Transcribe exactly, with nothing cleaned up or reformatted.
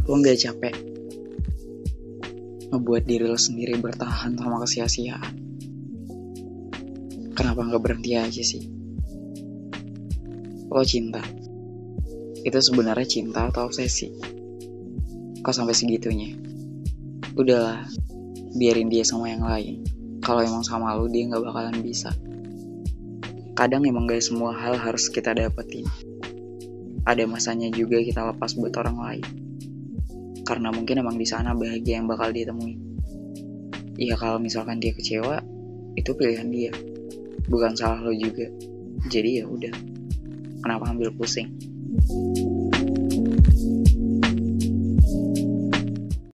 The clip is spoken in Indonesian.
Lo gak capek ngebuat diri lo sendiri bertahan sama kesia-siaan? Kenapa gak berhenti aja sih? Lo cinta, itu sebenarnya cinta atau obsesi? Kok sampai segitunya? Udahlah, biarin dia sama yang lain. Kalau emang sama lo, dia gak bakalan bisa. Kadang emang gak semua hal harus kita dapetin. Ada masanya juga kita lepas buat orang lain, karena mungkin emang di sana bahagia yang bakal dia temuin. Ya kalau misalkan dia kecewa, itu pilihan dia, bukan salah lo juga. Jadi ya udah, kenapa ambil pusing?